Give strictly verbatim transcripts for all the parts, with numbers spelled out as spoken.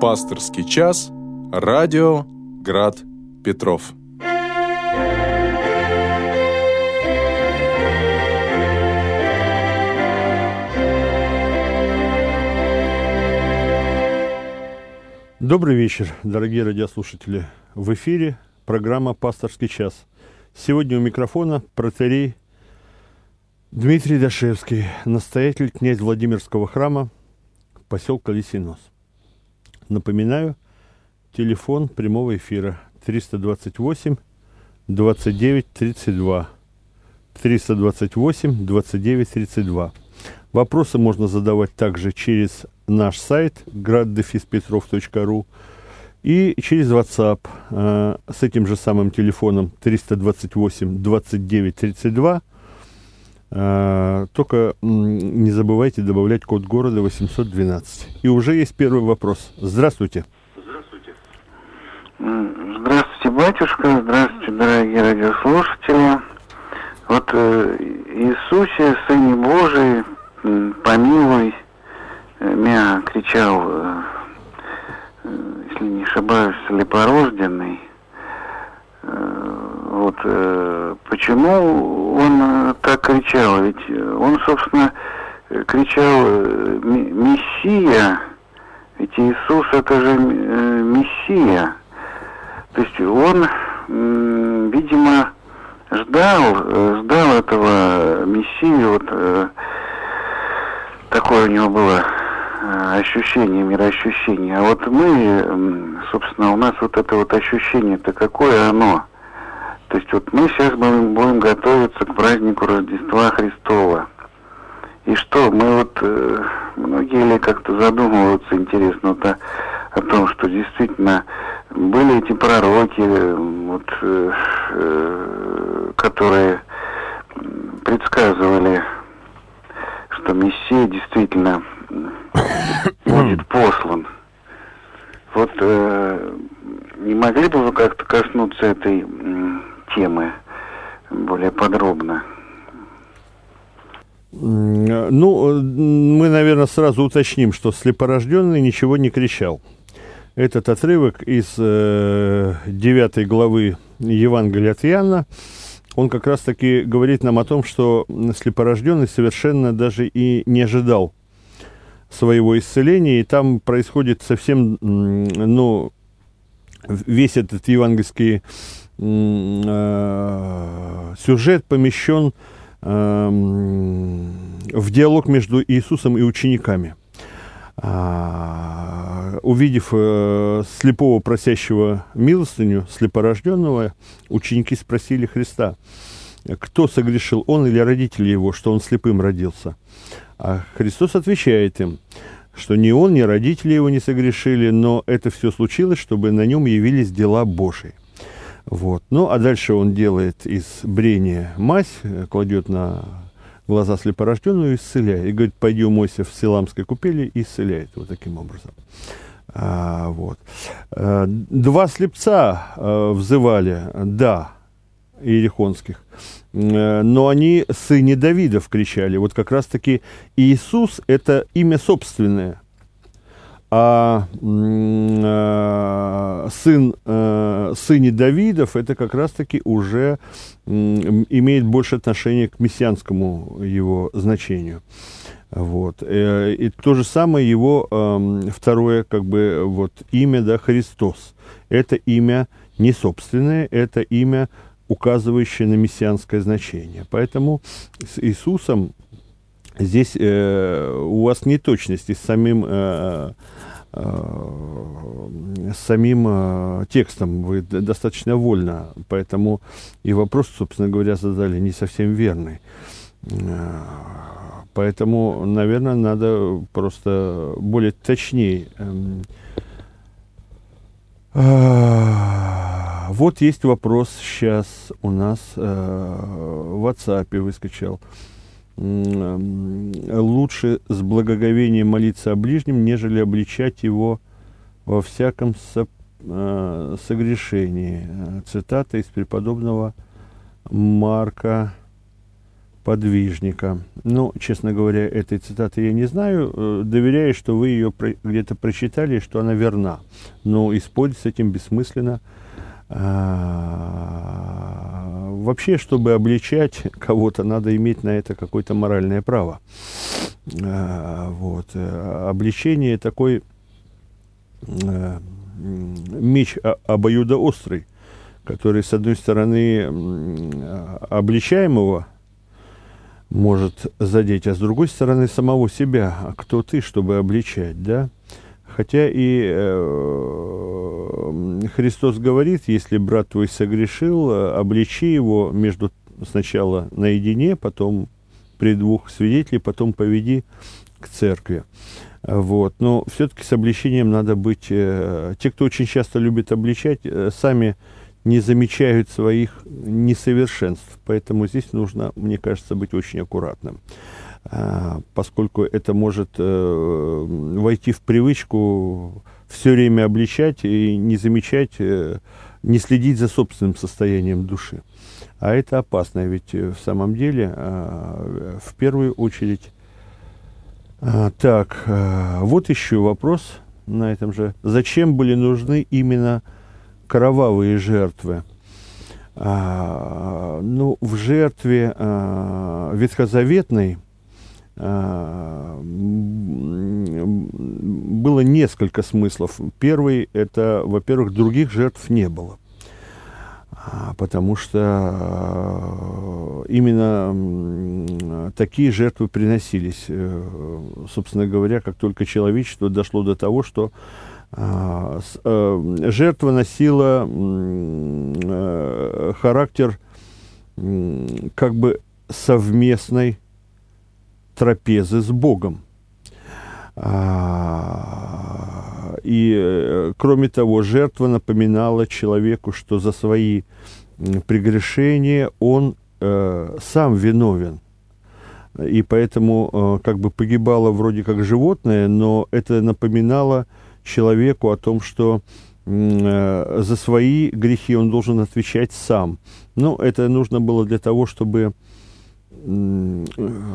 Пасторский час. Радио Град Петров. Добрый вечер, дорогие радиослушатели. В эфире программа «Пасторский час». Сегодня у микрофона протоиерей Дмитрий Дашевский, настоятель князь Владимирского храма поселка Лисий Нос. Напоминаю, телефон прямого эфира триста двадцать восемь двадцать девять тридцать два. триста двадцать восемь двадцать девять тридцать два. Вопросы можно задавать также через наш сайт град дефис петров точка ру и через WhatsApp э, с этим же самым телефоном триста двадцать восемь двадцать девять тридцать два. Э, только м, не забывайте добавлять код города восемьсот двенадцать. И уже есть первый вопрос. Здравствуйте. Здравствуйте. Здравствуйте, батюшка. Здравствуйте, дорогие радиослушатели. Вот э, Иисусе, Сыне Божий, помилуй, меня кричал, э, если не ошибаюсь, слепорожденный. Э, вот э, почему он так кричал? Ведь он, собственно, кричал э, Мессия, ведь Иисус это же э, Мессия. То есть он, э, видимо, ждал, ждал этого Мессию, вот э, такое у него было ощущение, мироощущение. А вот мы, собственно, у нас вот это вот ощущение-то какое оно? То есть вот мы сейчас будем, будем готовиться к празднику Рождества Христова. И что, мы вот, э, многие ли как-то задумываются, интересно, вот о, о том, что действительно были эти пророки, вот, э, э, которые предсказывали, что Мессия действительно будет послан. Вот э, не могли бы вы как-то коснуться этой э, темы более подробно? Ну, мы, наверное, сразу уточним, что слепорожденный ничего не кричал. Этот отрывок из э, девятой главы Евангелия от Иоанна, он как раз-таки говорит нам о том, что слепорожденный совершенно даже и не ожидал своего исцеления, и там происходит совсем, ну, весь этот евангельский э, сюжет помещен э, в диалог между Иисусом и учениками. А, увидев э, слепого, просящего милостыню, слепорожденного, ученики спросили Христа, кто согрешил, он или родители его, что он слепым родился. А Христос отвечает им, что ни он, ни родители его не согрешили, но это все случилось, чтобы на нем явились дела Божии. Вот. Ну, а дальше он делает из брения мазь, кладет на глаза слепорожденную и исцеляет. И говорит, пойди умойся в Силамской купели, и исцеляет вот таким образом. А, вот. а, два слепца а, взывали, да, иерихонских, а, но они сыне Давидов кричали. Вот как раз-таки Иисус – это имя собственное, а, а сын, а, сыне Давидов – это как раз-таки уже имеет больше отношения к мессианскому его значению. Вот. И то же самое его второе как бы, вот, имя, да, Христос. Это имя не собственное, это имя, указывающее на мессианское значение. Поэтому с Иисусом здесь э, у вас неточности с самим, э, э, с самим э, текстом. Вы достаточно вольно, поэтому и вопрос, собственно говоря, задали не совсем верный. Поэтому, наверное, надо просто более точнее. Вот есть вопрос сейчас у нас в WhatsApp выскочил. Лучше с благоговением молиться о ближнем, нежели обличать его во всяком со, согрешении. Цитата из преподобного Марка подвижника. Ну, честно говоря, этой цитаты я не знаю. Доверяю, что вы ее про- где-то прочитали, что она верна. Но спорить с этим бессмысленно. А, вообще, чтобы обличать кого-то, надо иметь на это какое-то моральное право. А, вот. Обличение такой а, меч обоюдоострый, который, с одной стороны, обличаемого может задеть, а с другой стороны, самого себя. А кто ты, чтобы обличать, да? Хотя и э, Христос говорит, если брат твой согрешил, обличи его между сначала наедине, потом при двух свидетелях, потом поведи к церкви. Вот. Но все-таки с обличением надо быть... Э, те, кто очень часто любит обличать, э, сами не замечают своих несовершенств. Поэтому здесь нужно, мне кажется, быть очень аккуратным. А, поскольку это может э, войти в привычку все время обличать и не замечать, э, не следить за собственным состоянием души. А это опасно, ведь в самом деле, э, в первую очередь... А, так, э, вот еще вопрос на этом же. Зачем были нужны именно кровавые жертвы? А, ну, в жертве а, ветхозаветной а, было несколько смыслов. Первый – это, во-первых, других жертв не было. А, потому что а, именно такие жертвы приносились. Собственно говоря, как только человечество дошло до того, что А, с, а, жертва носила а, характер а, как бы совместной трапезы с Богом. А, и, а, кроме того, жертва напоминала человеку, что за свои прегрешения он а, сам виновен. И поэтому а, как бы погибало вроде как животное, но это напоминало человеку о том, что э, за свои грехи он должен отвечать сам. Но это нужно было для того, чтобы э,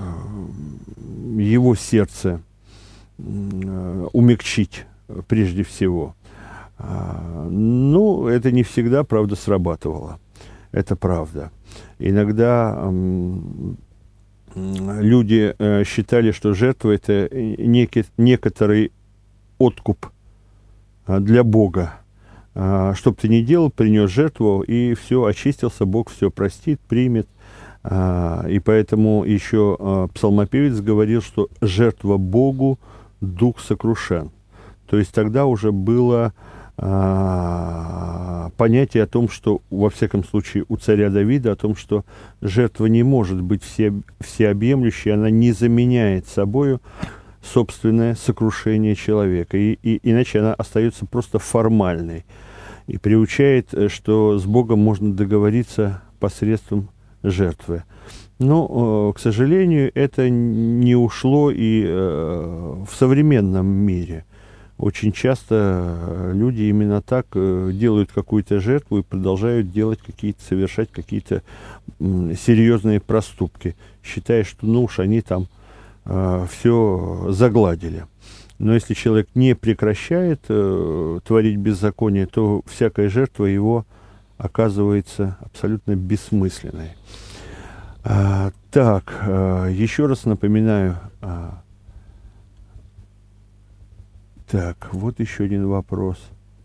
его сердце э, умягчить прежде всего. А, ну, это не всегда, правда, срабатывало. Это правда. Иногда э, люди э, считали, что жертва – это некий, некоторый откуп для Бога. Что бы ты ни делал, принес жертву, и все, очистился, Бог все простит, примет. И поэтому еще псалмопевец говорил, что жертва Богу дух сокрушен. То есть тогда уже было понятие о том, что, во всяком случае, у царя Давида, о том, что жертва не может быть все, всеобъемлющей, она не заменяет собою собственное сокрушение человека, и, и, иначе она остается просто формальной и приучает, что с Богом можно договориться посредством жертвы. Но, к сожалению, это не ушло и в современном мире. Очень часто люди именно так делают какую-то жертву и продолжают делать какие-то, совершать какие-то серьезные проступки, считая, что ну уж они там все загладили. Но если человек не прекращает э, творить беззаконие, то всякая жертва его оказывается абсолютно бессмысленной. А, так, а, еще раз напоминаю. А, так, вот еще один вопрос.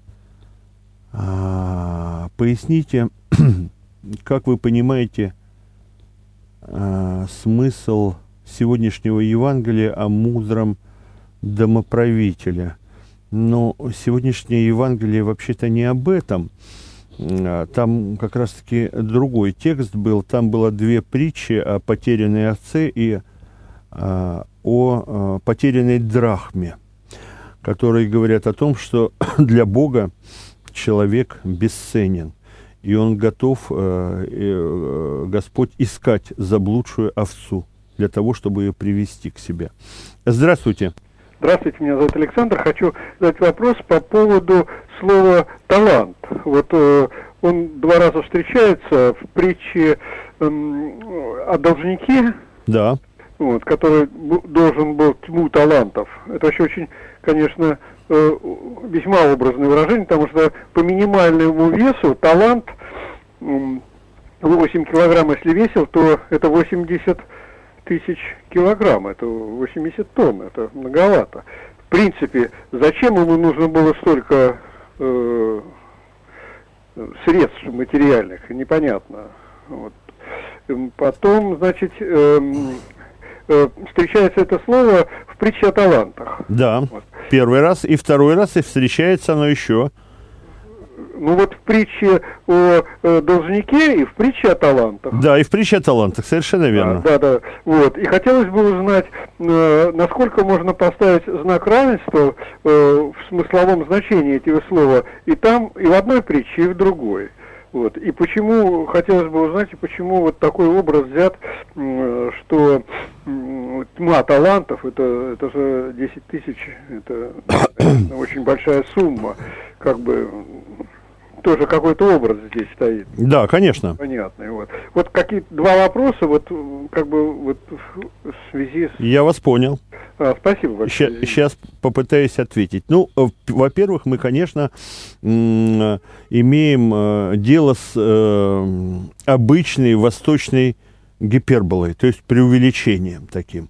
А, поясните, как вы понимаете а, смысл сегодняшнего Евангелия о мудром домоправителе. Но сегодняшнее Евангелие вообще-то не об этом. Там как раз-таки другой текст был. Там было две притчи о потерянной овце и а, о а, потерянной драхме, которые говорят о том, что для Бога человек бесценен. И он готов, э, э, Господь, искать заблудшую овцу для того, чтобы ее привести к себе. Здравствуйте. Здравствуйте, меня зовут Александр. Хочу задать вопрос по поводу слова «талант». Вот э, он два раза встречается в притче о должнике, Да. вот, который должен был тьму талантов. Это вообще очень, конечно, весьма образное выражение, потому что по минимальному весу талант восемь килограмм, если весил, то это восемьдесят тысяч килограмм, это восемьдесят тонн, это многовато. В принципе, зачем ему нужно было столько э, средств материальных, непонятно. Вот. Потом, значит, э, э, встречается это слово в притче о талантах. Да, вот. Первый раз, и второй раз, и встречается оно еще. Ну вот в притче о э, должнике и в притче о талантах. Да, и в притче о талантах, совершенно верно. Да, да, да. Вот. И хотелось бы узнать, э, насколько можно поставить знак равенства э, в смысловом значении этого слова и там, и в одной притче, и в другой. Вот. И почему, хотелось бы узнать, и почему вот такой образ взят, э, что э, тьма талантов, это, это же десять тысяч, это конечно, очень большая сумма, как бы... Тоже какой-то образ здесь стоит. Да, конечно. Понятный. Вот, вот какие-то два вопроса, вот как бы вот в связи с... Я вас понял. А, спасибо большое. Сейчас попытаюсь ответить. Ну, во-первых, мы, конечно, имеем дело с обычной восточной гиперболой, то есть преувеличением таким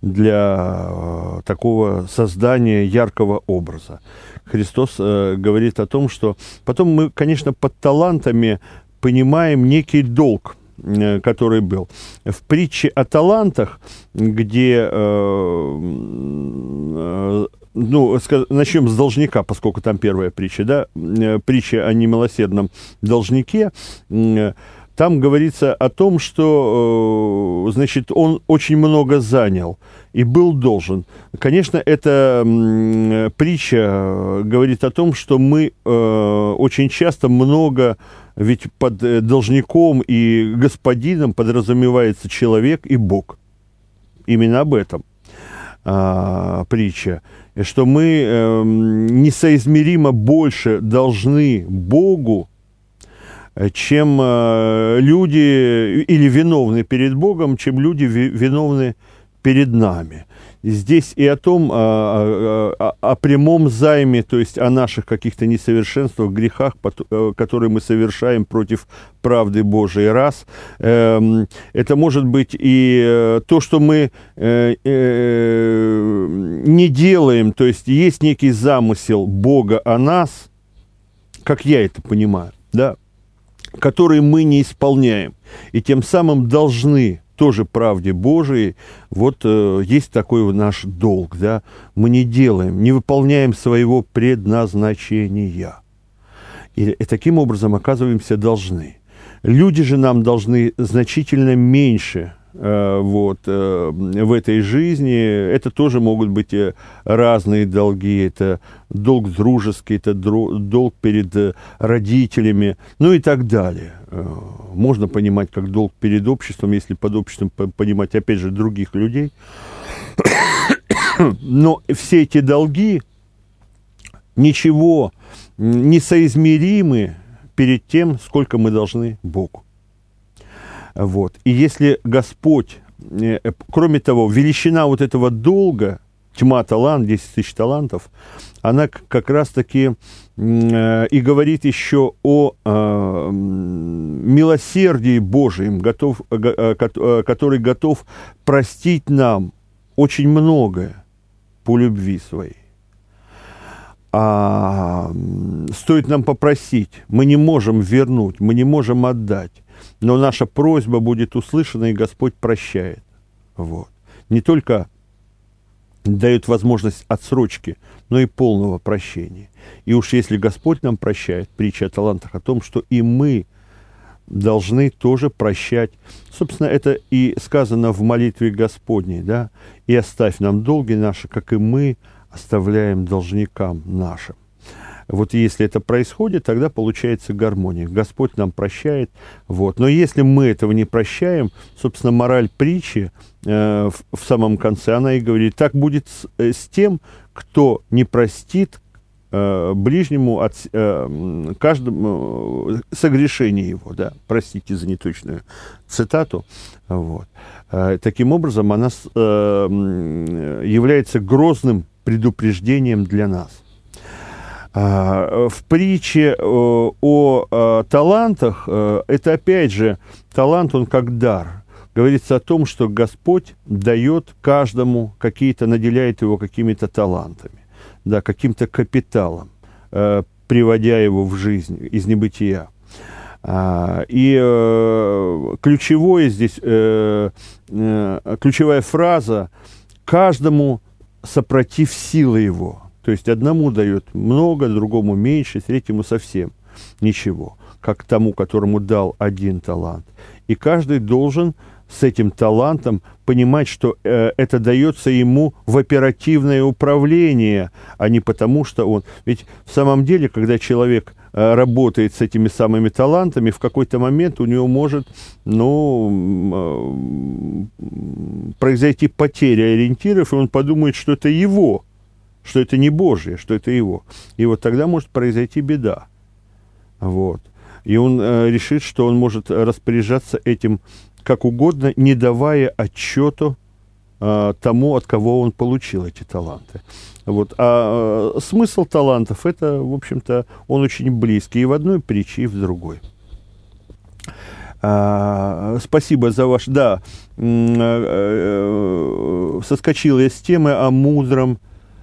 для такого создания яркого образа. Христос э, говорит о том, что потом мы, конечно, под талантами понимаем некий долг, э, который был. В притче о талантах, где, э, э, ну, сказ- начнем с должника, поскольку там первая притча, да, э, притча о немилосердном должнике, э, там говорится о том, что, значит, он очень много занял и был должен. Конечно, эта притча говорит о том, что мы очень часто много, ведь под должником и господином подразумевается человек и Бог. Именно об этом притча. Что мы несоизмеримо больше должны Богу, чем э, люди, или виновны перед Богом, чем люди ви- виновны перед нами. Здесь и о том, о, о, о прямом займе, то есть о наших каких-то несовершенствах, грехах, которые мы совершаем против правды Божией, раз. Э, это может быть и то, что мы э, э, не делаем, то есть есть некий замысел Бога о нас, как я это понимаю, да, которые мы не исполняем, и тем самым должны тоже правде Божией, вот э, есть такой наш долг, да, мы не делаем, не выполняем своего предназначения, и, и таким образом оказываемся должны. Люди же нам должны значительно меньше э, вот, э, в этой жизни. Это тоже могут быть разные долги. Это долг дружеский, это долг перед родителями, ну и так далее. Можно понимать как долг перед обществом, если под обществом понимать, опять же, других людей. Но все эти долги ничего не соизмеримы перед тем, сколько мы должны Богу. Вот. И если Господь, кроме того, величина вот этого долга, тьма талант, десять тысяч талантов, она как раз-таки э, и говорит еще о э, милосердии Божьем, готов, э, э, который готов простить нам очень многое по любви своей. А стоит нам попросить, мы не можем вернуть, мы не можем отдать, но наша просьба будет услышана, и Господь прощает. Вот. Не только дает возможность отсрочки, но и полного прощения. И уж если Господь нам прощает, притча о талантах о том, что и мы должны тоже прощать. Собственно, это и сказано в молитве Господней, да, «И оставь нам долги наши, как и мы оставляем должникам нашим». Вот если это происходит, тогда получается гармония. Господь нам прощает. Вот. Но если мы этого не прощаем, собственно, мораль притчи э, в, в самом конце, она и говорит, так будет с, э, с тем, кто не простит э, ближнему от э, каждому э, согрешения его, да, простите за неточную цитату, вот. Э, таким образом, она э, является грозным предупреждением для нас. Э, в притче э, о э, талантах, э, это опять же, талант, он как дар. Говорится о том, что Господь дает каждому какие-то, наделяет его какими-то талантами, да, каким-то капиталом, э, приводя его в жизнь из небытия. А, и э, ключевое здесь, э, э, ключевая фраза «каждому сопротив силы его». То есть одному дает много, другому меньше, третьему совсем ничего, как тому, которому дал один талант. И каждый должен с этим талантом понимать, что э, это дается ему в оперативное управление, а не потому, что он... Ведь в самом деле, когда человек э, работает с этими самыми талантами, в какой-то момент у него может, ну, э, произойти потеря ориентиров, и он подумает, что это его, что это не Божье, что это его. И вот тогда может произойти беда. Вот. И он э, решит, что он может распоряжаться этим как угодно, не давая отчету э, тому, от кого он получил эти таланты. Вот. А э, смысл талантов, это, в общем-то, он очень близкий и в одной притче, и в другой. А, спасибо за ваш... Да, э, э, соскочил я с темы о мудром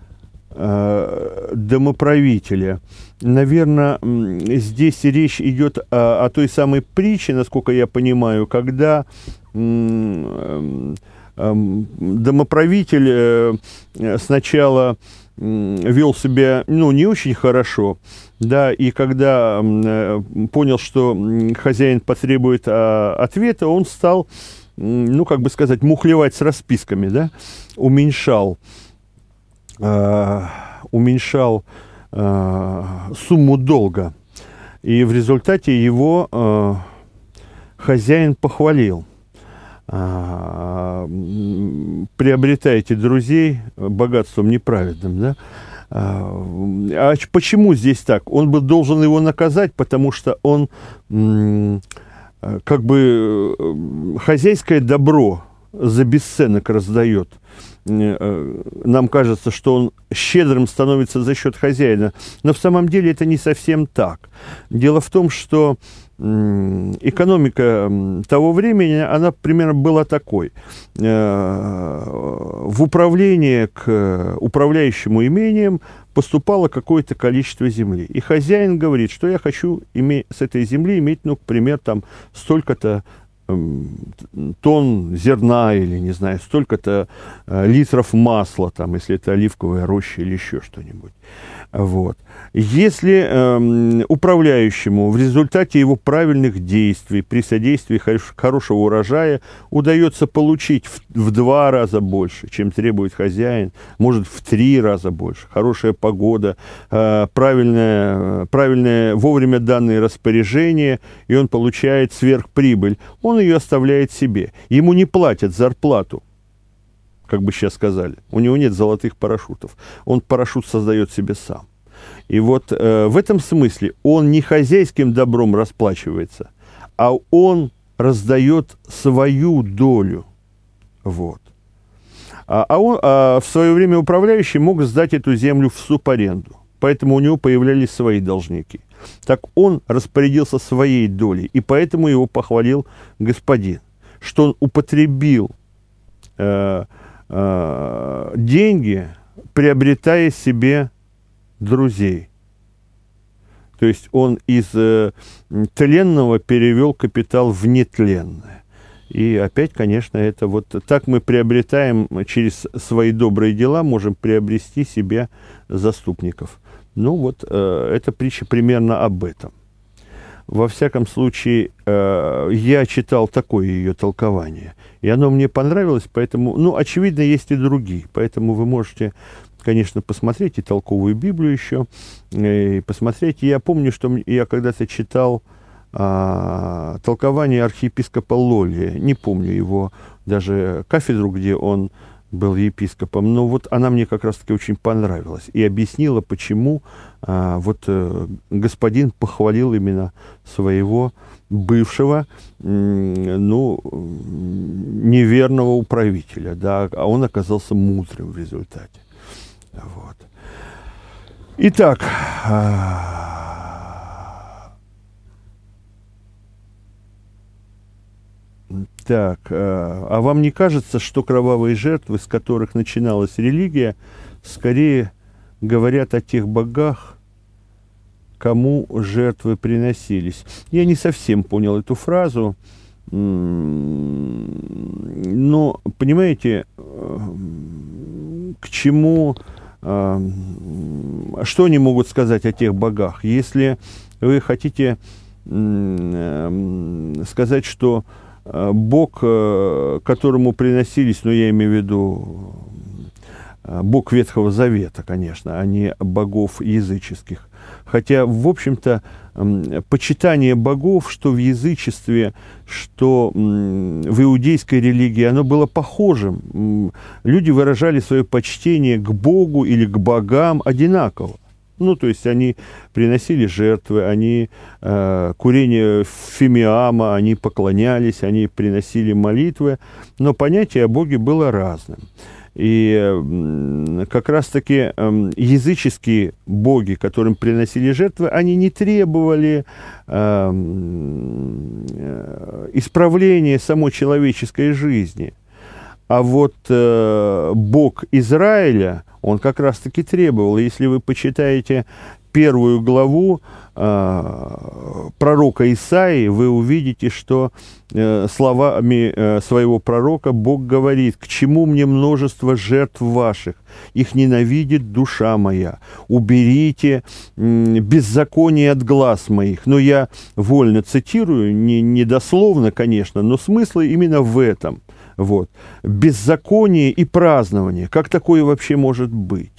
э, домоправителе. Наверное, здесь речь идет о, о той самой притче, насколько я понимаю, когда м, м, домоправитель э, сначала м, вел себя, ну, не очень хорошо, да, и когда э, понял, что хозяин потребует э, ответа, он стал, ну, как бы сказать, мухлевать с расписками, да, уменьшал, э, уменьшал сумму долга. И в результате его э, хозяин похвалил. Э, приобретайте друзей богатством неправедным. Да? А почему здесь так? Он бы должен его наказать, потому что он э, как бы хозяйское добро за бесценок раздает. Нам кажется, что он щедрым становится за счет хозяина, но в самом деле это не совсем так. Дело в том, что экономика того времени, она примерно была такой. В управление к управляющему имением поступало какое-то количество земли. И хозяин говорит, что я хочу иметь, с этой земли иметь, ну, к примеру, там, столько-то тонн зерна или, не знаю, столько-то э, литров масла, там, если это оливковая роща или еще что-нибудь. Вот. Если э, управляющему в результате его правильных действий, при содействии хорош, хорошего урожая удается получить в, в два раза больше, чем требует хозяин, может, в три раза больше, хорошая погода, э, правильное, правильное вовремя данное распоряжение, и он получает сверхприбыль, он ее оставляет себе. Ему не платят зарплату, как бы сейчас сказали. У него нет золотых парашютов. Он парашют создает себе сам. И вот э, в этом смысле он не хозяйским добром расплачивается, а он раздает свою долю. Вот. А, а, он, а в свое время управляющий мог сдать эту землю в субаренду. Поэтому у него появлялись свои должники. Так он распорядился своей долей, и поэтому его похвалил господин, что он употребил э, э, деньги, приобретая себе друзей. То есть он из э, тленного перевел капитал в нетленное. И опять, конечно, это вот так мы приобретаем через свои добрые дела, можем приобрести себе заступников. Ну вот, э, эта притча примерно об этом. Во всяком случае, э, я читал такое ее толкование, и оно мне понравилось, поэтому, ну, очевидно, есть и другие, поэтому вы можете, конечно, посмотреть и толковую Библию еще, и посмотреть. Я помню, что я когда-то читал а, толкование архиепископа Лолия, не помню его даже кафедру, где он был епископом. Но вот она мне как раз-таки очень понравилась и объяснила, почему а, вот а, господин похвалил именно своего бывшего, ну, неверного управителя, да, а он оказался мудрым в результате. Вот. Итак, а, так, а, а вам не кажется, что кровавые жертвы, с которых начиналась религия, скорее говорят о тех богах, кому жертвы приносились? Я не совсем понял эту фразу, но, понимаете, к чему, что они могут сказать о тех богах? Если вы хотите сказать, что Бог, которому приносились, ну, я имею в виду Бог Ветхого Завета, конечно, а не богов языческих. Хотя, в общем-то, почитание богов, что в язычестве, что в иудейской религии, оно было похожим. Люди выражали свое почтение к Богу или к богам одинаково. Ну, то есть они приносили жертвы, они э, курение фимиама, они поклонялись, они приносили молитвы, но понятие о Боге было разным. И как раз-таки языческие боги, которым приносили жертвы, они не требовали э, исправления самой человеческой жизни. А вот э, Бог Израиля, он как раз-таки требовал. Если вы почитаете первую главу э, пророка Исаии, вы увидите, что э, словами э, своего пророка Бог говорит: «К чему мне множество жертв ваших? Их ненавидит душа моя. Уберите э, беззаконие от глаз моих». Но я вольно цитирую, не, не дословно, конечно, но смысл именно в этом. Вот. Беззаконие и празднование. Как такое вообще может быть?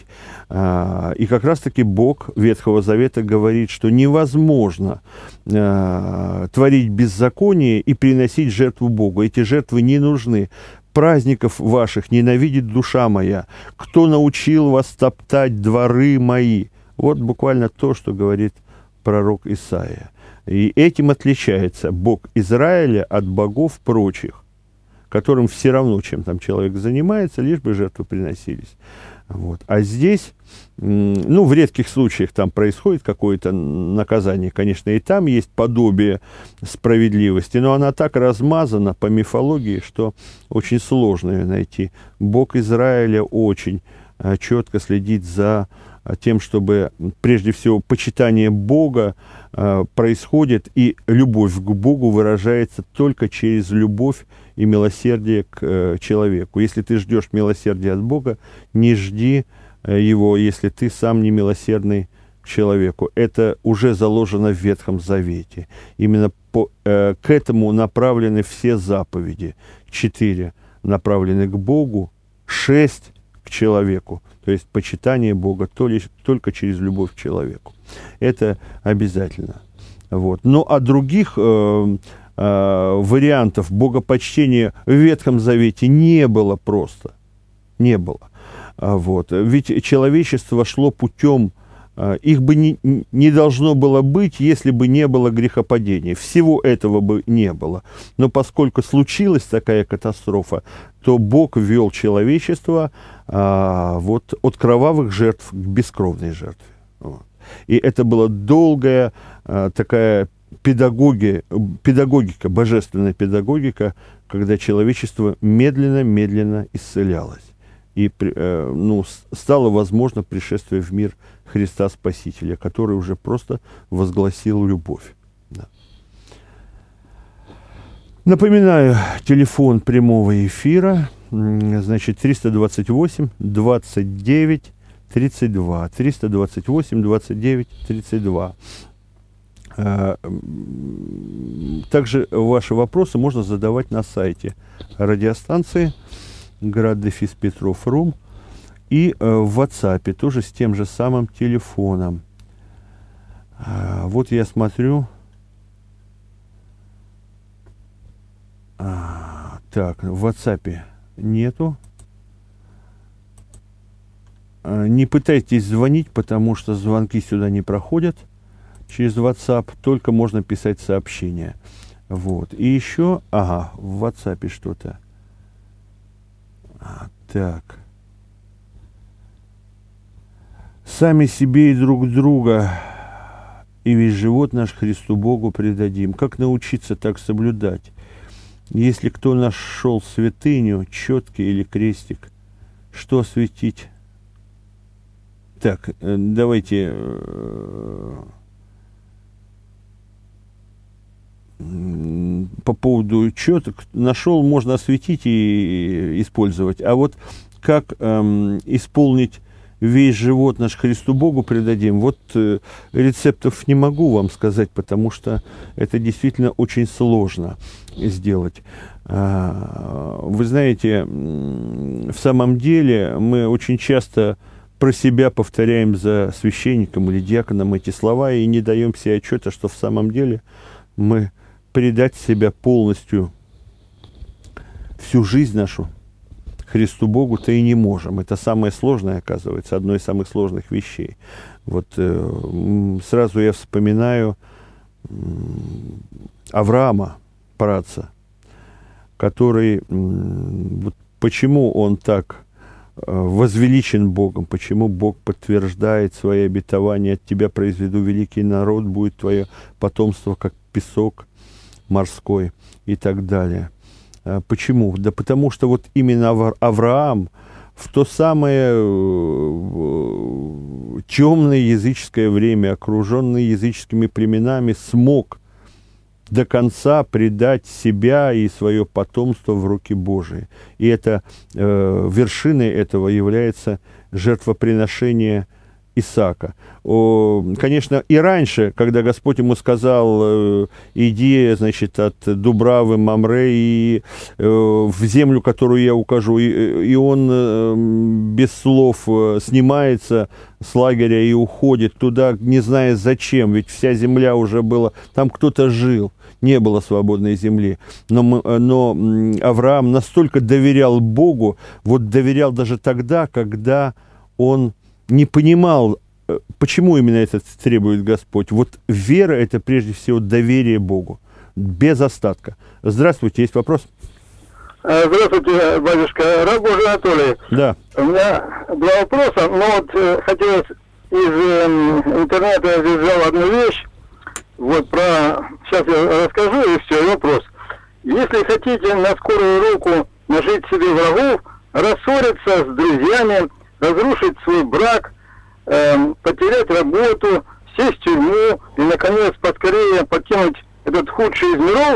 А, и как раз-таки Бог Ветхого Завета говорит, что невозможно а, творить беззаконие и приносить жертву Богу. Эти жертвы не нужны. Праздников ваших ненавидит душа моя. Кто научил вас топтать дворы мои? Вот буквально то, что говорит пророк Исаия. И этим отличается Бог Израиля от богов прочих, которым все равно, чем там человек занимается, лишь бы жертвы приносились. Вот. А здесь, ну, в редких случаях там происходит какое-то наказание, конечно, и там есть подобие справедливости, но она так размазана по мифологии, что очень сложно ее найти. Бог Израиля очень а, четко следит за а, тем, чтобы, прежде всего, почитание Бога а, происходит, и любовь к Богу выражается только через любовь и милосердие к э, человеку. Если ты ждешь милосердия от Бога, не жди э, его, если ты сам не милосердный к человеку. Это уже заложено в Ветхом Завете. Именно по, э, к этому направлены все заповеди. Четыре направлены к Богу, шесть к человеку. То есть почитание Бога то лишь, только через любовь к человеку. Это обязательно. Вот. Но о других э, вариантов богопочтения в Ветхом Завете не было просто. Не было. Вот. Ведь человечество шло путем, их бы не, не должно было быть, если бы не было грехопадения. Всего этого бы не было. Но поскольку случилась такая катастрофа, то Бог ввел человечество а, вот, от кровавых жертв к бескровной жертве. Вот. И это была долгая а, такая Педагоги, педагогика, божественная педагогика, когда человечество медленно-медленно исцелялось. И э, ну, стало возможно пришествие в мир Христа Спасителя, который уже просто возгласил любовь. Да. Напоминаю, телефон прямого эфира, значит, триста двадцать восемь двадцать девять тридцать два. триста двадцать восемь двадцать девять тридцать два. Также ваши вопросы можно задавать на сайте радиостанции град дефис петров точка ру и в WhatsApp тоже с тем же самым телефоном. Вот я смотрю. Так, в WhatsApp нету. не пытайтесь звонить, потому что звонки сюда не проходят через WhatsApp, только можно писать сообщения. Вот. И еще, ага, в WhatsApp что-то. А, так. Сами себе и друг друга, и весь живот наш Христу Богу предадим. Как научиться так соблюдать? Если кто нашел святыню, четкий или крестик, что осветить? Так, давайте по поводу четок. Нашел, можно осветить и использовать. А вот как эм, исполнить весь живот наш Христу Богу предадим, вот э, рецептов не могу вам сказать, потому что это действительно очень сложно сделать. А, вы знаете, в самом деле мы очень часто про себя повторяем за священником или диаконом эти слова и не даем себе отчета, что в самом деле мы предать себя полностью всю жизнь нашу Христу Богу-то и не можем. Это самое сложное, оказывается, одно из самых сложных вещей. Вот э, сразу я вспоминаю э, Авраама, праотца, который, э, вот почему он так э, возвеличен Богом, почему Бог подтверждает свои обетования: от тебя произведу великий народ, будет твое потомство, как песок морской, и так далее. Почему? Да потому что вот именно Авраам в то самое темное языческое время, окруженный языческими племенами, смог до конца предать себя и свое потомство в руки Божии. И это, э, вершиной этого является жертвоприношение Исаака. О, конечно, и раньше, когда Господь ему сказал: э, иди, значит, от Дубравы, Мамре, и э, в землю, которую я укажу, и, и он э, без слов э, снимается с лагеря и уходит туда, не зная зачем, ведь вся земля уже была, там кто-то жил, не было свободной земли. Но, мы, но Авраам настолько доверял Богу, вот доверял даже тогда, когда он не понимал, почему именно это требует Господь. Вот вера – это прежде всего доверие Богу, без остатка. Здравствуйте, есть вопрос? Здравствуйте, батюшка. Раб Божий Анатолий. Да. У меня два вопроса, но вот э, хотелось из э, интернета я взял одну вещь. Вот про... Сейчас я расскажу, и все, и вопрос. Если хотите на скорую руку нажить себе врагов, рассориться с друзьями, разрушить свой брак, э, потерять работу, сесть в тюрьму и, наконец, поскорее покинуть этот худший из миров,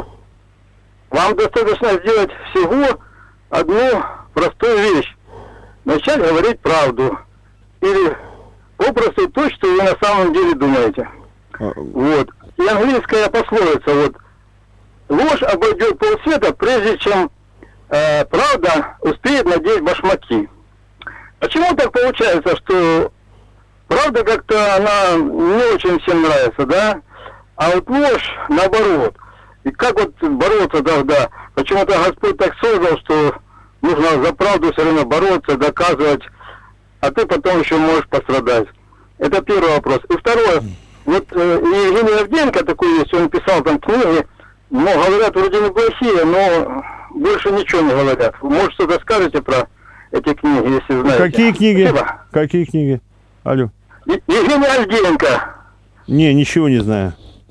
вам достаточно сделать всего одну простую вещь. Начать говорить правду. Или попросту то, что вы на самом деле думаете. Вот. И английская пословица, вот, ложь обойдет полсвета, прежде чем э, правда успеет надеть башмаки. Почему так получается, что правда как-то она не очень всем нравится, да? А вот ложь наоборот. И как вот бороться тогда? Почему-то Господь так создал, что нужно за правду все равно бороться, доказывать, а ты потом еще можешь пострадать. Это первый вопрос. И второе. Вот э, Евгений Авдеенко такой есть, он писал там книги, но говорят вроде неплохие, но больше ничего не говорят. Может, что-то скажете про эти книги, если знаете. Какие книги? Спасибо. Какие книги? Алло. Е- Евгений Авдеенко. Не, ничего не знаю.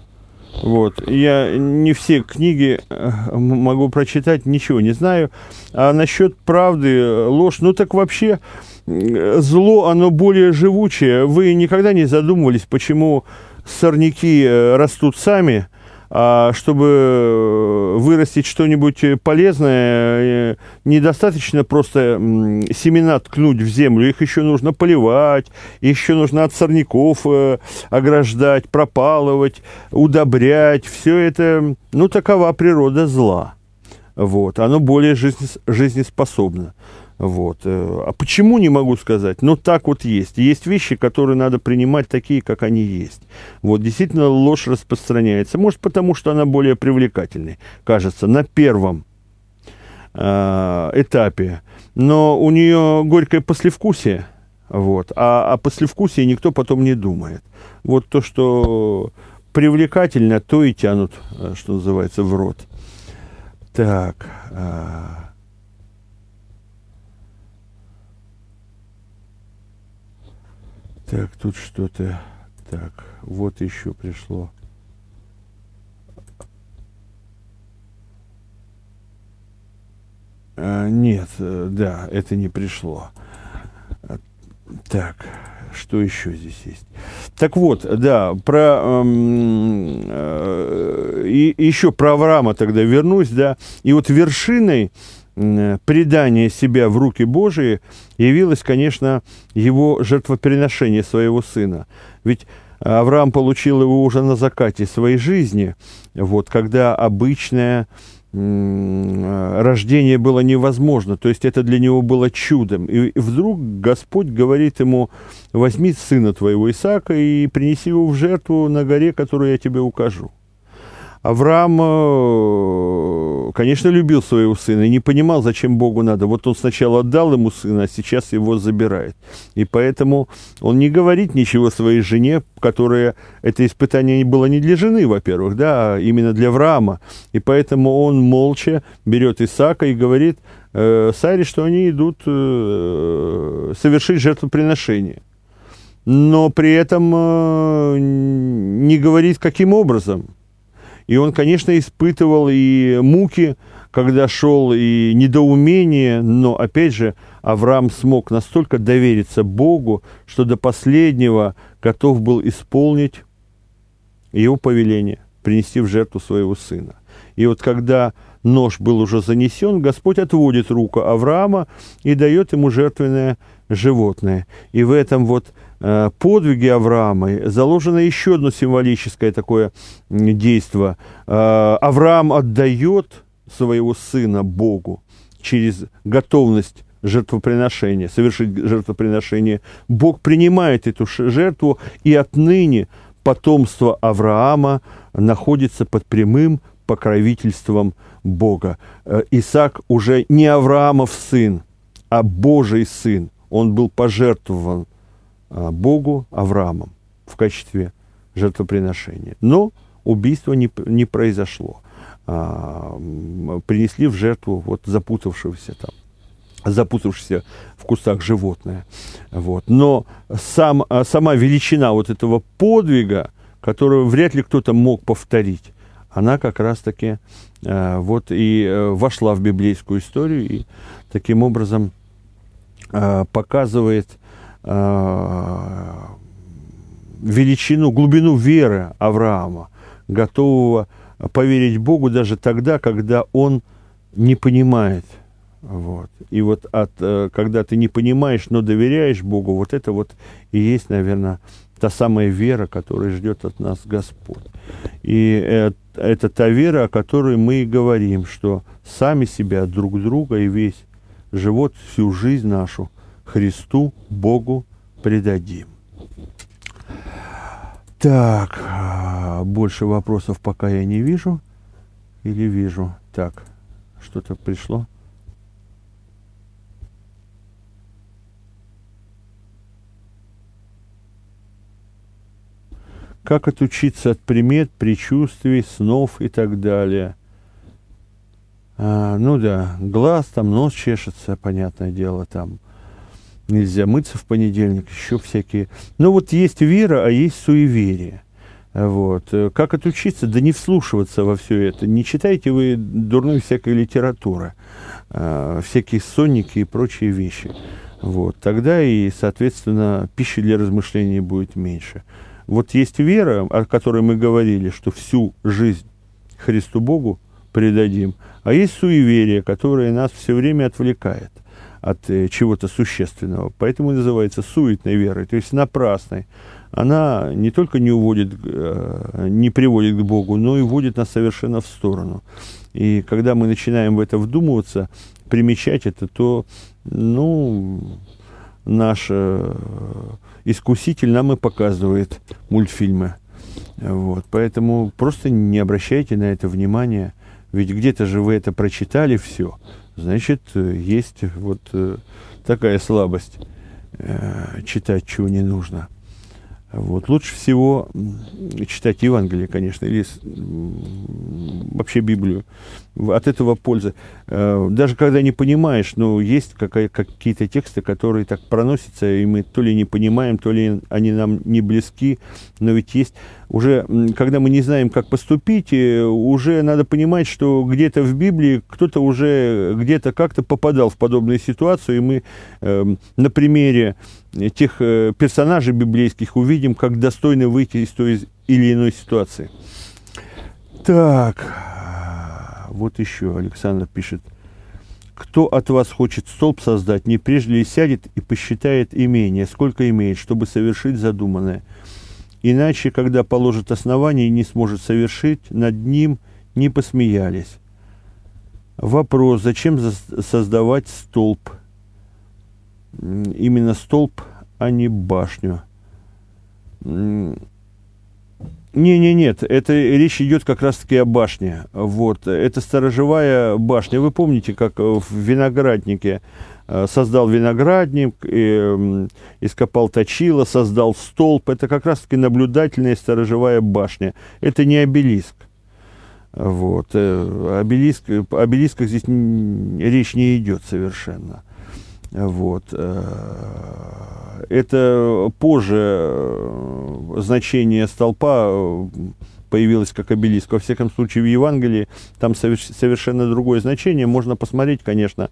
Вот. Я не все книги могу прочитать, ничего не знаю. А насчет правды, ложь, ну так вообще зло, оно более живучее. Вы никогда не задумывались, почему сорняки растут сами, а чтобы вырастить что-нибудь полезное, недостаточно просто семена ткнуть в землю, их еще нужно поливать, еще нужно от сорняков ограждать, пропалывать, удобрять. Все это, ну, такова природа зла. Вот. Оно более жизнеспособно. Вот. А почему, не могу сказать, но так вот есть. Есть вещи, которые надо принимать такие, как они есть. Вот, действительно, ложь распространяется. Может, потому что она более привлекательной, кажется, на первом э, этапе. Но у нее горькое послевкусие. Вот. А о послевкусии никто потом не думает. Вот то, что привлекательно, то и тянут, что называется, в рот. Так. А... Так, тут что-то... Так, вот еще пришло. А, нет, да, это не пришло. Так, что еще здесь есть? Так вот, да, про эм, э, и еще про Авраама тогда вернусь, да. И вот вершиной э, предания себя в руки Божии явилось, конечно, его жертвоприношение своего сына. Ведь Авраам получил его уже на закате своей жизни, вот, когда обычное рождение было невозможно, то есть это для него было чудом. И вдруг Господь говорит ему: возьми сына твоего Исаака и принеси его в жертву на горе, которую я тебе укажу. Авраам, конечно, любил своего сына и не понимал, зачем Богу надо. Вот он сначала отдал ему сына, а сейчас его забирает. И поэтому он не говорит ничего своей жене, которая... Это испытание было не для жены, во-первых, да, а именно для Авраама. И поэтому он молча берет Исаака и говорит э, Саре, что они идут э, совершить жертвоприношение. Но при этом э, не говорит, каким образом. И он, конечно, испытывал и муки, когда шел, и недоумение, но, опять же, Авраам смог настолько довериться Богу, что до последнего готов был исполнить его повеление, принести в жертву своего сына. И вот когда нож был уже занесен, Господь отводит руку Авраама и дает ему жертвенное животное. И в этом вот э, подвиге Авраама заложено еще одно символическое такое действие. Э, Авраам отдает своего сына Богу через готовность жертвоприношения, совершить жертвоприношение. Бог принимает эту жертву, и отныне потомство Авраама находится под прямым покровительством Бога. Э, Исаак уже не Авраамов сын, а Божий сын. Он был пожертвован а, Богу Авраамом в качестве жертвоприношения. Но убийство не, не произошло. А, принесли в жертву вот запутавшегося там, запутавшееся в кустах животное. Вот. Но сам, сама величина вот этого подвига, которую вряд ли кто-то мог повторить, она как раз-таки а, вот и а, вошла в библейскую историю и таким образом показывает э, величину, глубину веры Авраама, готового поверить Богу даже тогда, когда он не понимает. Вот. И вот от, э, когда ты не понимаешь, но доверяешь Богу, вот это вот и есть, наверное, та самая вера, которая ждет от нас Господь. И это, это та вера, о которой мы и говорим, что сами себя, друг друга и весь живот, всю жизнь нашу Христу, Богу предадим. Так, больше вопросов пока я не вижу. Или вижу. Так, что-то пришло. Как отучиться от примет, предчувствий, снов и так далее? А, ну да, глаз, там нос чешется, понятное дело, там нельзя мыться в понедельник, еще всякие. Но вот есть вера, а есть суеверие. Вот. Как отучиться? Да не вслушиваться во все это. Не читайте вы дурной всякой литературы, а, всякие сонники и прочие вещи. Вот. Тогда и, соответственно, пищи для размышлений будет меньше. Вот есть вера, о которой мы говорили, что всю жизнь Христу Богу предадим, а есть суеверие, которое нас все время отвлекает от э, чего-то существенного. Поэтому называется суетной верой, то есть напрасной. Она не только не уводит, э, не приводит к Богу, но и вводит нас совершенно в сторону. И когда мы начинаем в это вдумываться, примечать это, то, ну, наш э, искуситель нам и показывает мультфильмы. Вот. Поэтому просто не обращайте на это внимания. Ведь где-то же вы это прочитали все. Значит, есть вот такая слабость э, читать, чего не нужно. Вот. Лучше всего читать Евангелие, конечно, или вообще Библию. От этого польза. Даже когда не понимаешь, но есть какая- какие-то тексты, которые так проносятся, и мы то ли не понимаем, то ли они нам не близки, но ведь есть уже, когда мы не знаем, как поступить, уже надо понимать, что где-то в Библии кто-то уже где-то как-то попадал в подобную ситуацию, и мы э, на примере тех э, персонажей библейских увидим, как достойно выйти из той или иной ситуации. Так, вот еще Александр пишет. Кто от вас хочет столб создать, не прежде ли сядет и посчитает имение, сколько имеет, чтобы совершить задуманное? Иначе, когда положит основание и не сможет совершить, над ним не посмеялись. Вопрос, зачем создавать столб? Именно столб, а не башню. Не-не-нет, это речь идет как раз-таки о башне. Вот. Это сторожевая башня. Вы помните, как в винограднике создал виноградник, и, ископал точило, создал столб. Это как раз-таки наблюдательная сторожевая башня. Это не обелиск. Вот. Обелиск, о обелисках здесь речь не идет совершенно. Вот. Это позже значение столпа появилось как обелиск. Во всяком случае, в Евангелии там совершенно другое значение. Можно посмотреть, конечно,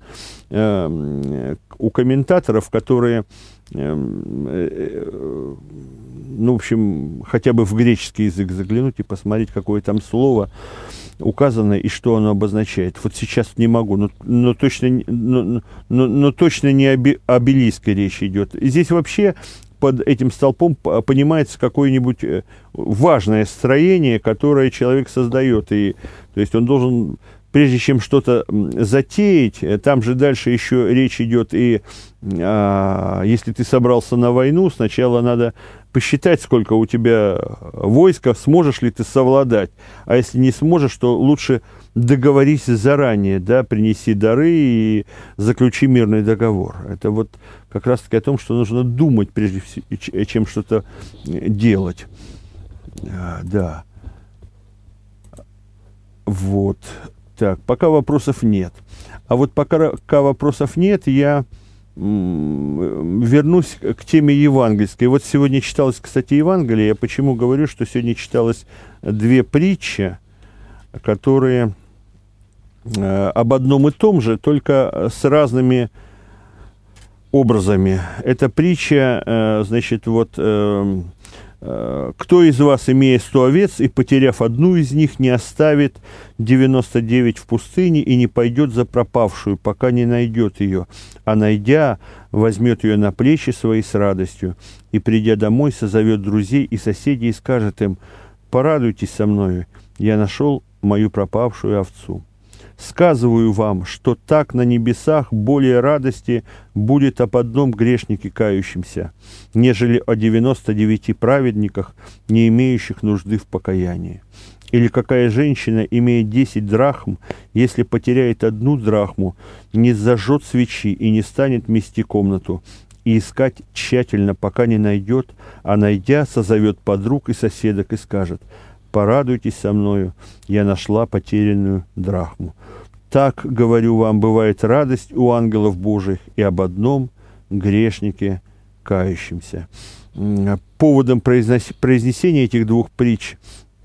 у комментаторов, которые, ну, в общем, хотя бы в греческий язык заглянуть и посмотреть, какое там слово указано и что оно обозначает. Вот сейчас не могу, но, но, точно, но, но, но точно не об обелиске речь идет. И здесь вообще под этим столпом понимается какое-нибудь важное строение, которое человек создает. И, то есть он должен, прежде чем что-то затеять, там же дальше еще речь идет, и а, если ты собрался на войну, сначала надо посчитать, сколько у тебя войска, сможешь ли ты совладать. А если не сможешь, то лучше договорись заранее, да, принеси дары и заключи мирный договор. Это вот как раз-таки о том, что нужно думать, прежде всего, чем что-то делать. А, да. Вот. Так, пока вопросов нет. А вот пока, пока вопросов нет, я вернусь к теме евангельской. Вот сегодня читалось, кстати, Евангелие. Я почему говорю, что сегодня читалось две притчи, которые э, об одном и том же, только с разными образами. Эта притча, э, значит, вот... Э, «Кто из вас, имея сто овец, и потеряв одну из них, не оставит девяносто девять в пустыне и не пойдет за пропавшую, пока не найдет ее, а найдя, возьмет ее на плечи свои с радостью, и, придя домой, созовет друзей и соседей и скажет им: порадуйтесь со мною, я нашел мою пропавшую овцу. Сказываю вам, что так на небесах более радости будет об одном грешнике кающемся, нежели о девяноста девяти праведниках, не имеющих нужды в покаянии. Или какая женщина, имея десять драхм, если потеряет одну драхму, не зажжет свечи и не станет мести комнату, и искать тщательно, пока не найдет, а найдя, созовет подруг и соседок и скажет: порадуйтесь со мною, я нашла потерянную драхму. Так, говорю вам, бывает радость у ангелов Божьих и об одном грешнике кающемся». Поводом произнесения этих двух притч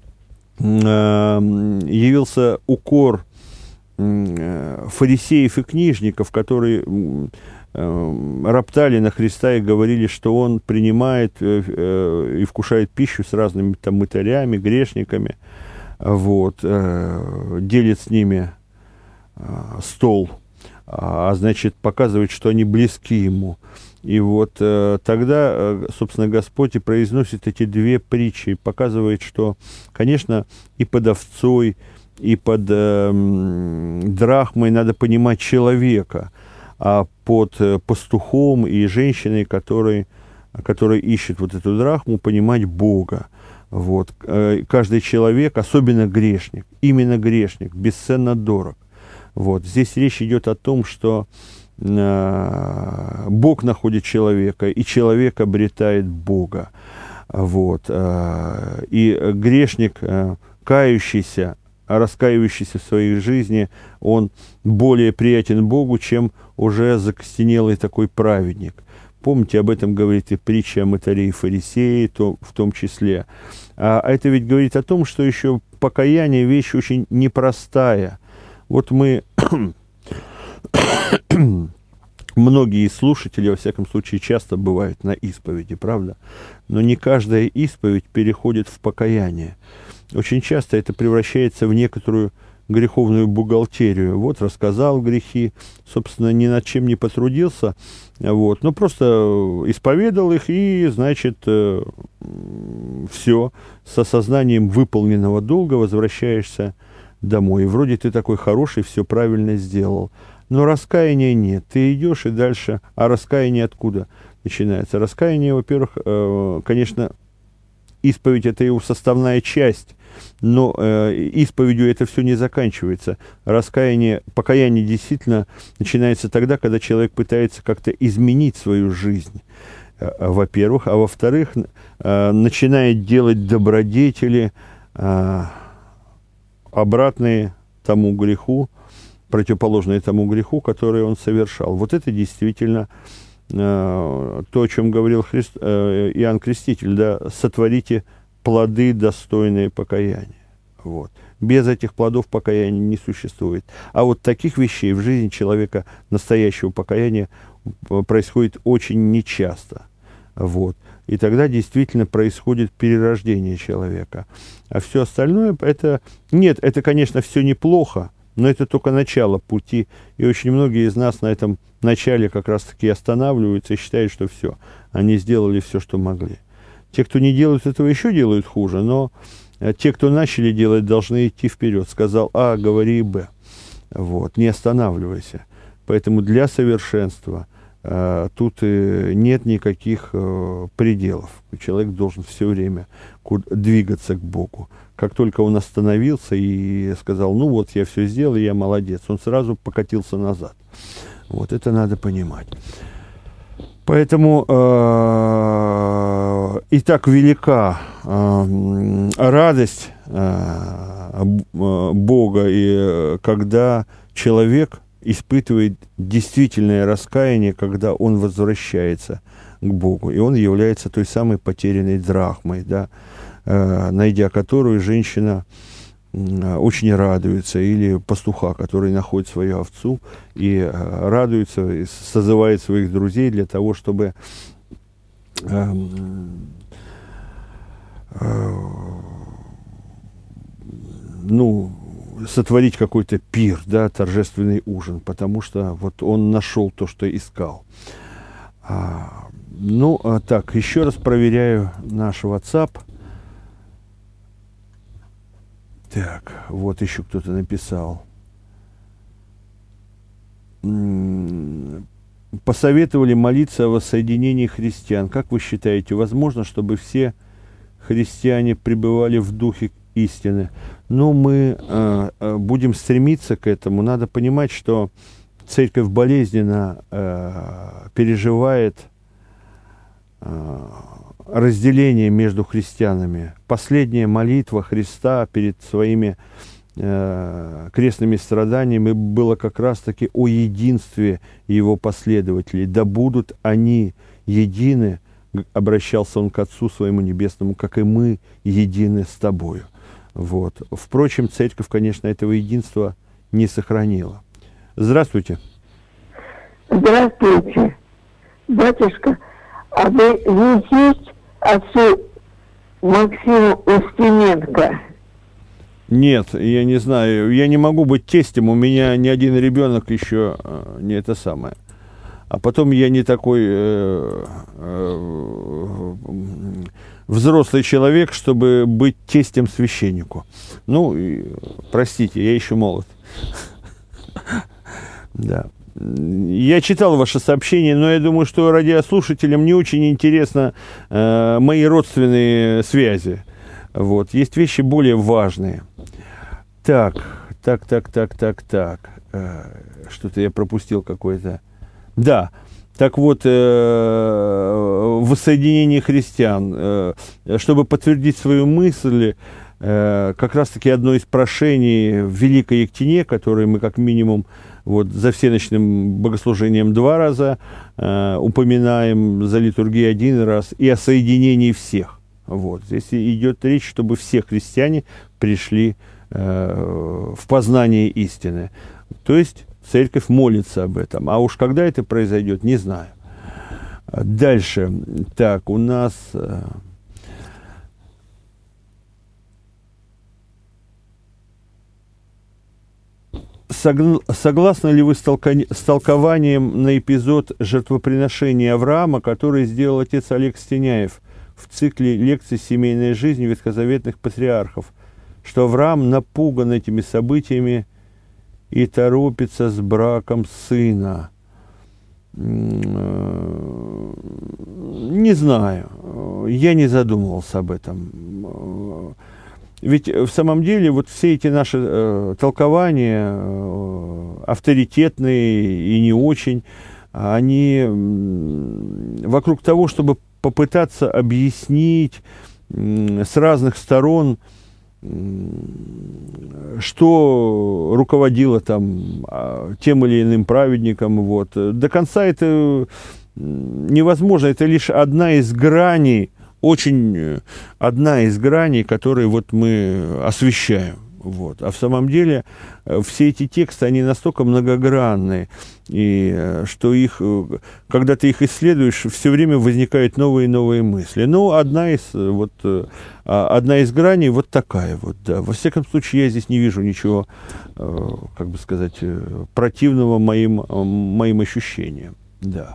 явился укор фарисеев и книжников, которые роптали на Христа и говорили, что он принимает и вкушает пищу с разными там мытарями, грешниками, вот, делит с ними стол, а значит, показывает, что они близки ему. И вот тогда, собственно, Господь и произносит эти две притчи, и показывает, что, конечно, и под овцой, и под э, драхмой надо понимать человека, а под пастухом и женщиной, который, который ищет вот эту драхму, понимать Бога. Вот. Каждый человек, особенно грешник, именно грешник, бесценно дорог. Вот. Здесь речь идет о том, что э, Бог находит человека, и человек обретает Бога. Вот. Э, и грешник, э, кающийся, раскаивающийся в своей жизни, он более приятен Богу, чем уже закостенелый такой праведник. Помните, об этом говорит и притча о мытаре и фарисее, то, в том числе. А это ведь говорит о том, что еще покаяние вещь очень непростая. Вот мы, многие слушатели, во всяком случае, часто бывают на исповеди, правда? Но не каждая исповедь переходит в покаяние. Очень часто это превращается в некоторую греховную бухгалтерию. Вот, рассказал грехи, собственно, ни над чем не потрудился, вот, но просто исповедал их, и, значит, э, все, с осознанием выполненного долга возвращаешься домой. И вроде ты такой хороший, все правильно сделал. Но раскаяния нет. Ты идешь и дальше. А раскаяние откуда начинается? Раскаяние, во-первых, э, конечно, исповедь – это его составная часть, но э, исповедью это все не заканчивается. Раскаяние, покаяние действительно начинается тогда, когда человек пытается как-то изменить свою жизнь, э, во-первых, а во-вторых, э, начинает делать добродетели, э, обратные тому греху, противоположные тому греху, который он совершал. Вот это действительно э, то, о чем говорил Христ, э, Иоанн Креститель, да, сотворите плоды, достойные покаяния. Вот. Без этих плодов покаяния не существует. А вот таких вещей в жизни человека, настоящего покаяния, происходит очень нечасто. Вот. И тогда действительно происходит перерождение человека. А все остальное, это... Нет, это, конечно, все неплохо, но это только начало пути. И очень многие из нас на этом начале как раз-таки останавливаются и считают, что все, они сделали все, что могли. Те, кто не делают этого, еще делают хуже, но те, кто начали делать, должны идти вперед. Сказал А, говори Б. Вот, не останавливайся. Поэтому для совершенства э, тут э, нет никаких э, пределов. Человек должен все время двигаться к Богу. Как только он остановился и сказал, ну вот, я все сделал, я молодец, он сразу покатился назад. Вот это надо понимать. Поэтому э, и так велика э, радость э, Бога, и когда человек испытывает действительное раскаяние, когда он возвращается к Богу, и он является той самой потерянной драхмой, да, э, найдя которую женщина очень радуется, или пастуха, который находит свою овцу и радуется, и созывает своих друзей для того, чтобы э, э, ну, сотворить какой-то пир, да, торжественный ужин, потому что вот он нашел то, что искал. А, ну, а так, еще раз проверяю наш WhatsApp. Так, вот еще кто-то написал. Посоветовали молиться о воссоединении христиан. Как вы считаете, возможно, чтобы все христиане пребывали в духе истины? Ну, мы э, будем стремиться к этому. Надо понимать, что церковь болезненно э, переживает э, разделение между христианами. Последняя молитва Христа перед своими э, крестными страданиями была как раз-таки о единстве его последователей. Да будут они едины, обращался он к Отцу своему Небесному, как и мы едины с тобою. Вот. Впрочем, церковь, конечно, этого единства не сохранила. Здравствуйте. Здравствуйте, батюшка. А вы не есть отцу Максиму Устименко? Нет, я не знаю. Я не могу быть тестем. У меня ни один ребенок еще не это самое. А потом я не такой э, э, взрослый человек, чтобы быть тестем священнику. Ну, и, простите, я еще молод. Да. Я читал ваше сообщение, но я думаю, что радиослушателям не очень интересно э, мои родственные связи. Вот. Есть вещи более важные. Так, так, так, так, так, так. Э, что-то я пропустил какое-то Да. Так вот, э, воссоединение христиан, э, чтобы подтвердить свою мысль, э, как раз-таки одно из прошений в Великой Ектине, которое мы как минимум вот, за всеночным богослужением два раза э, упоминаем, за литургией один раз, и о соединении всех. Вот. Здесь идет речь, чтобы все христиане пришли э, в познание истины. То есть церковь молится об этом. А уж когда это произойдет, не знаю. Дальше. Так, у нас... Согласны ли вы с, толка... с толкованием на эпизод жертвоприношения Авраама, который сделал отец Олег Стеняев в цикле лекций «Семейная жизнь ветхозаветных патриархов», что Авраам напуган этими событиями и торопится с браком сына? Не знаю, я не задумывался об этом. Ведь в самом деле вот все эти наши э, толкования, э, авторитетные и не очень, они э, вокруг того, чтобы попытаться объяснить э, с разных сторон, что руководило там тем или иным праведником. Вот. До конца это невозможно, это лишь одна из граней, очень одна из граней, которые вот мы освещаем. Вот. А в самом деле все эти тексты, они настолько многогранные, и что их, когда ты их исследуешь, все время возникают новые и новые мысли. Но одна из, вот, одна из граней вот такая вот, да. Во всяком случае, я здесь не вижу ничего, как бы сказать, противного моим, моим ощущениям. Да.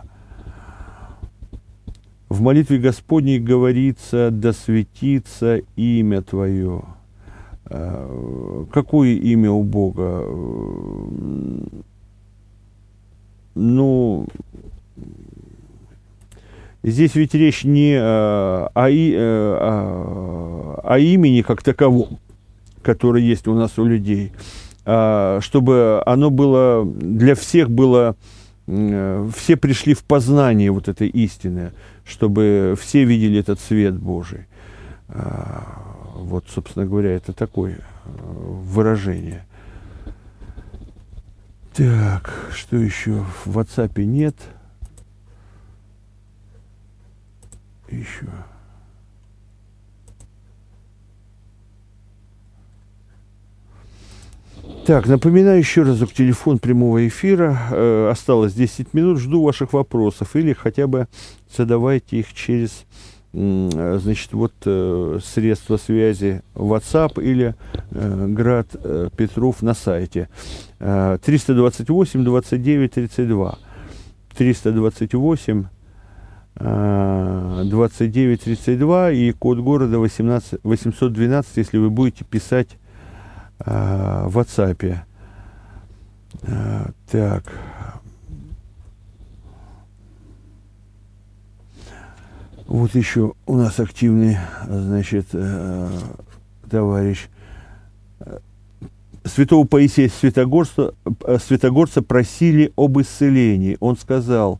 В молитве Господней говорится: «Да светится имя Твое». Какое имя у Бога? Ну, здесь ведь речь не о, о, о, о имени как таковом, которое есть у нас у людей, а чтобы оно было, для всех было, все пришли в познание вот этой истины, чтобы все видели этот свет Божий. Вот, собственно говоря, это такое выражение. Так, что еще? В WhatsApp нет. Еще. Так, напоминаю еще разок телефон прямого эфира. Э, осталось десять минут. Жду ваших вопросов. Или хотя бы задавайте их через... Значит, вот э, средства связи WhatsApp или э, Град э, Петров на сайте. Э, триста двадцать восемь двадцать девять тридцать два. триста двадцать восемь двадцать девять тридцать два и код города восемнадцать, восемьсот двенадцать, если вы будете писать э, в WhatsApp. Э, так... Вот еще у нас активный, значит, э, товарищ. Святого Паисия Святогорца, Святогорца просили об исцелении. Он сказал: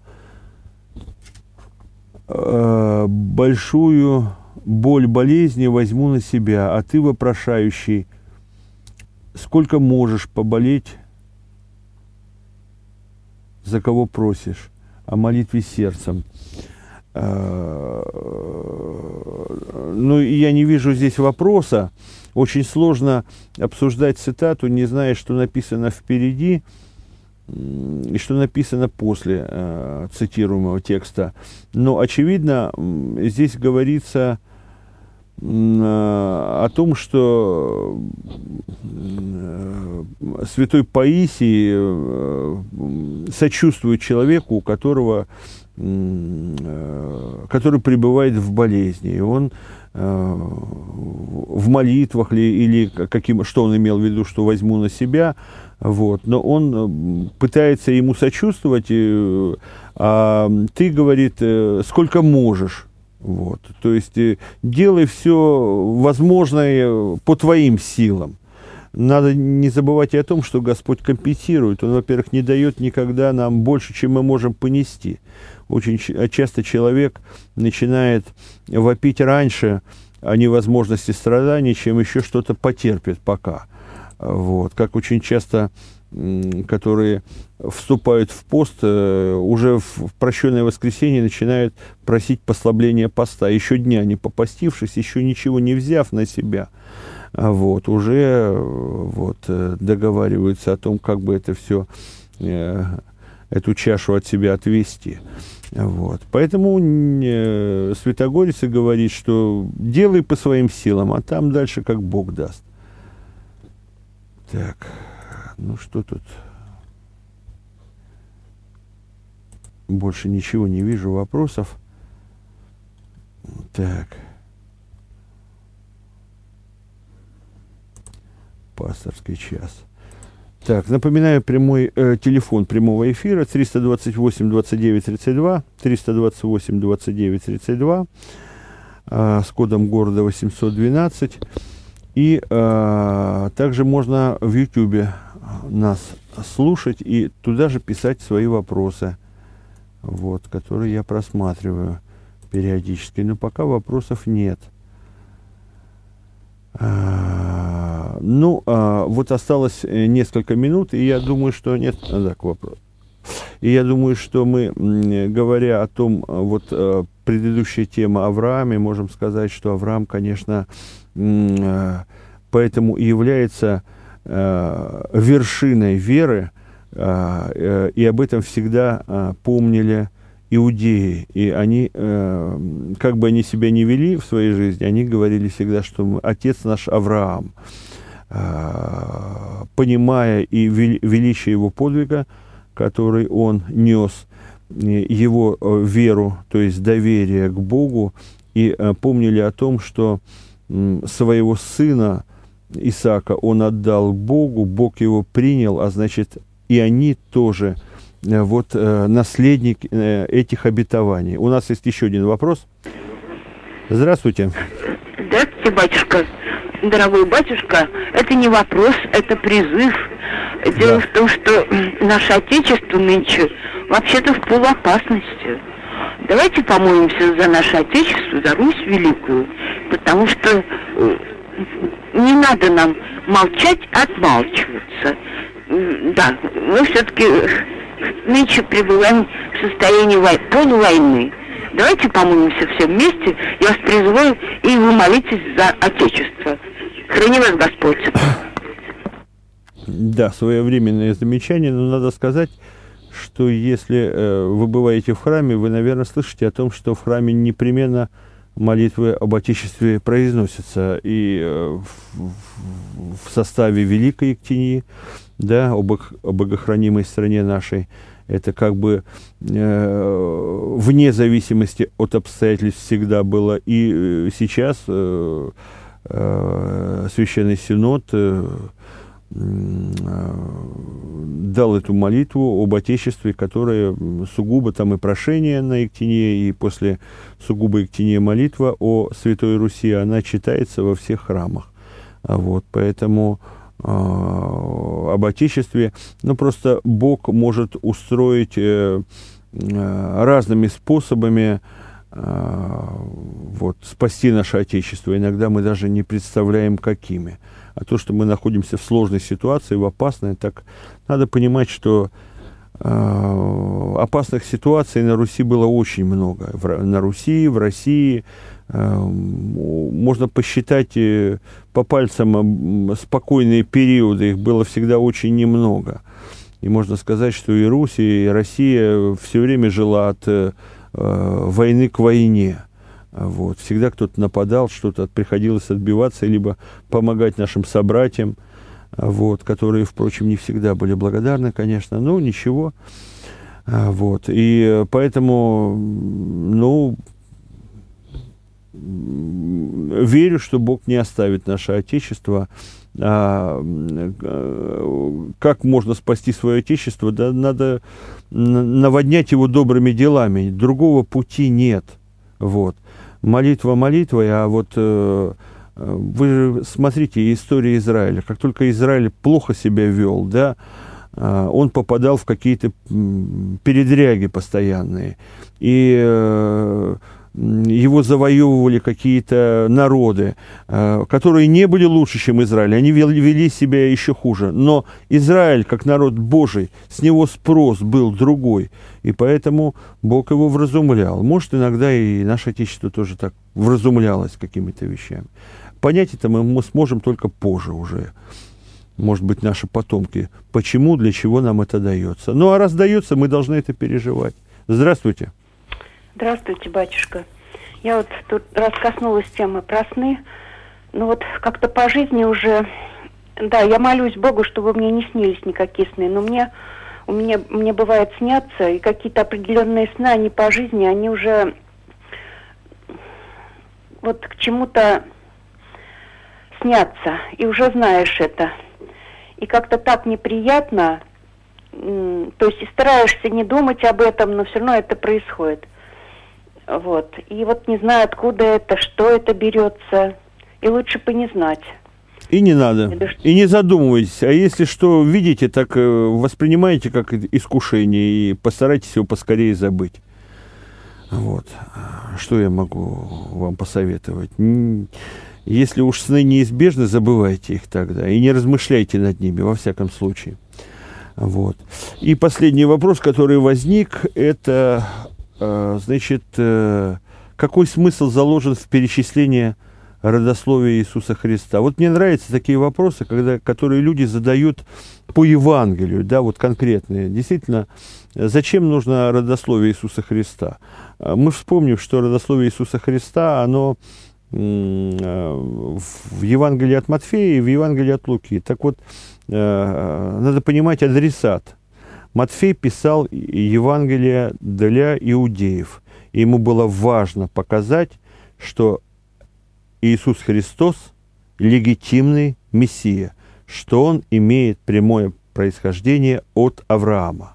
э, большую боль болезни возьму на себя, а ты, вопрошающий, сколько можешь поболеть, за кого просишь, о молитве сердцем. Ну, я не вижу здесь вопроса. Очень сложно обсуждать цитату, не зная, что написано впереди и что написано после э, цитируемого текста. Но, очевидно, здесь говорится э, о том, что э, святой Паисий э, сочувствует человеку, у которого который пребывает в болезни, и он э, в молитвах ли, или каким, что он имел в виду, что возьму на себя, вот, но он пытается ему сочувствовать, и, а ты, говорит, сколько можешь, вот, то есть делай все возможное по твоим силам. надо не забывать и о том, что Господь компенсирует. Он, во-первых, не дает никогда нам больше, чем мы можем понести. Очень часто человек начинает вопить раньше о невозможности страданий, чем еще что-то потерпит пока. Вот. Как очень часто, которые вступают в пост, уже в прощенное воскресенье начинают просить послабления поста. Еще дня не попостившись, еще ничего не взяв на себя, вот, уже вот, договариваются о том, как бы это все, эту чашу от себя отвести. Вот. Поэтому э, Святогорец и говорит, что делай по своим силам, а там дальше как Бог даст. Так, ну что тут? Больше ничего не вижу вопросов. Так. Пасторский час. Так, напоминаю, прямой э, телефон прямого эфира триста двадцать восемь двадцать девять тридцать два, триста двадцать восемь двадцать девять тридцать два, э, с кодом города восемьсот двенадцать. И э, также можно в Ютубе нас слушать и туда же писать свои вопросы, вот, которые я просматриваю периодически. Но пока вопросов нет. А, ну, а, вот осталось несколько минут, и я думаю, что нет... А, так, вопрос. И я думаю, что мы, говоря о том, вот предыдущая тема Аврааме, можем сказать, что Авраам, конечно, поэтому и является вершиной веры, и об этом всегда помнили иудеи, и они, э, как бы они себя не вели в своей жизни, они говорили всегда, что отец наш Авраам, э, понимая и вели, величие его подвига, который он нес, его э, веру, то есть доверие к Богу, и э, помнили о том, что э, своего сына Исаака он отдал Богу, Бог его принял, а значит, и они тоже вот э, наследник э, этих обетований. У нас есть еще один вопрос. Здравствуйте. Здравствуйте, батюшка. Дорогой батюшка, это не вопрос, это призыв. Дело да. в том, что наше Отечество нынче вообще-то в полуопасности. Давайте помолимся за наше Отечество, за Русь Великую, потому что не надо нам молчать, отмалчиваться. Да, мы все-таки нынче пребываем в состоянии вой... полувойны. Давайте помолимся все вместе. Я вас призываю, и вы молитесь за Отечество. Храни вас Господь. Да, своевременное замечание, но надо сказать, что если э, вы бываете в храме, вы, наверное, слышите о том, что в храме непременно молитвы об Отечестве произносятся. И э, в, в составе Великой Ектении, да, об, о богохранимой стране нашей, это как бы э, вне зависимости от обстоятельств всегда было. И э, сейчас э, э, Священный Синод э, э, дал эту молитву об Отечестве, которая сугубо там и прошение на Ектении, и после сугубо Ектения молитва о Святой Руси, она читается во всех храмах. Вот, поэтому об Отечестве, ну, просто Бог может устроить э, э, разными способами э, вот, спасти наше Отечество. Иногда мы даже не представляем, какими. А то, что мы находимся в сложной ситуации, в опасной, так надо понимать, что э, опасных ситуаций на Руси было очень много. В, на Руси, в России. Можно посчитать по пальцам спокойные периоды, их было всегда очень немного. И можно сказать, что и Русь, и Россия все время жила от э, войны к войне. Вот. Всегда кто-то нападал, что-то приходилось отбиваться, либо помогать нашим собратьям, вот, которые, впрочем, не всегда были благодарны, конечно, но ничего. Вот. И поэтому, ну, верю, что Бог не оставит наше Отечество. А, как можно спасти свое Отечество? Да, надо наводнять его добрыми делами. Другого пути нет. Вот. Молитва молитвой, а вот э, Вы смотрите историю Израиля. Как только Израиль плохо себя вел, да, он попадал в какие-то передряги постоянные. И его завоевывали какие-то народы, которые не были лучше, чем Израиль. Они вели себя еще хуже. Но Израиль, как народ Божий, с него спрос был другой. И поэтому Бог его вразумлял. Может, иногда и наше Отечество тоже так вразумлялось какими-то вещами. Понять это мы сможем только позже уже. Может быть, наши потомки. Почему, для чего нам это дается. Ну, а раз дается, мы должны это переживать. Здравствуйте. Здравствуйте, батюшка. Я вот тут раз коснулась темы про сны, но вот как-то по жизни уже, да, я молюсь Богу, чтобы мне не снились никакие сны, но мне, у меня, мне бывает снятся, и какие-то определенные сны, они по жизни, они уже вот к чему-то снятся, и уже знаешь это. И как-то так неприятно, то есть и стараешься не думать об этом, но все равно это происходит. Вот. И вот не знаю, откуда это, что это берется. И лучше бы не знать. И не надо. И не задумывайтесь. А если что видите, так воспринимайте как искушение и постарайтесь его поскорее забыть. Вот. Что я могу вам посоветовать? Если уж сны неизбежны, забывайте их тогда. И не размышляйте над ними, во всяком случае. Вот. И последний вопрос, который возник, это... Значит, какой смысл заложен в перечислении родословия Иисуса Христа? Вот мне нравятся такие вопросы, когда, которые люди задают по Евангелию, да, вот конкретные. Действительно, зачем нужно родословие Иисуса Христа? Мы вспомним, что родословие Иисуса Христа, оно в Евангелии от Матфея и в Евангелии от Луки. Так вот, надо понимать адресат. Матфей писал Евангелие для иудеев. И ему было важно показать, что Иисус Христос – легитимный Мессия, что Он имеет прямое происхождение от Авраама.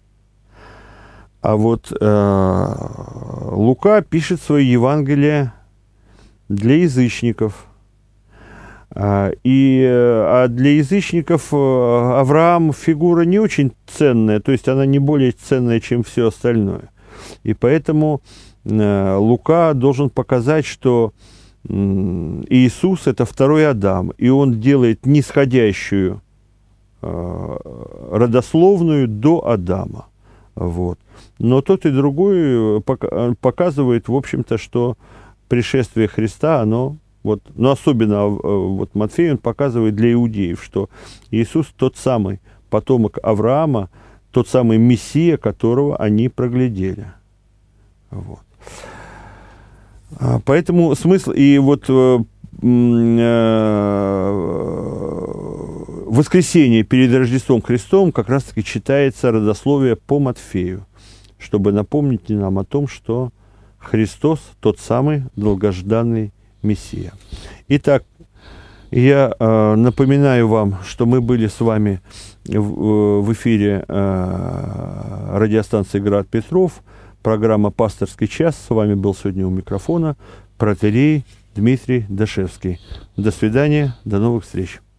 А вот э, Лука пишет свое Евангелие для язычников. И, а для язычников Авраам фигура не очень ценная, то есть она не более ценная, чем все остальное. И поэтому Лука должен показать, что Иисус – это второй Адам, и он делает нисходящую родословную до Адама. Вот. Но тот и другой показывает, в общем-то, что пришествие Христа, оно... Вот, но особенно вот Матфей, он показывает для иудеев, что Иисус тот самый потомок Авраама, тот самый Мессия, которого они проглядели. Вот. Поэтому смысл, и вот э, э, воскресенье перед Рождеством Христовым как раз-таки читается родословие по Матфею, чтобы напомнить нам о том, что Христос тот самый долгожданный Мессия. Итак, я э, напоминаю вам, что мы были с вами в, в эфире э, радиостанции «Град Петров», программа «Пасторский час». С вами был сегодня у микрофона протоиерей Дмитрий Дашевский. До свидания, до новых встреч.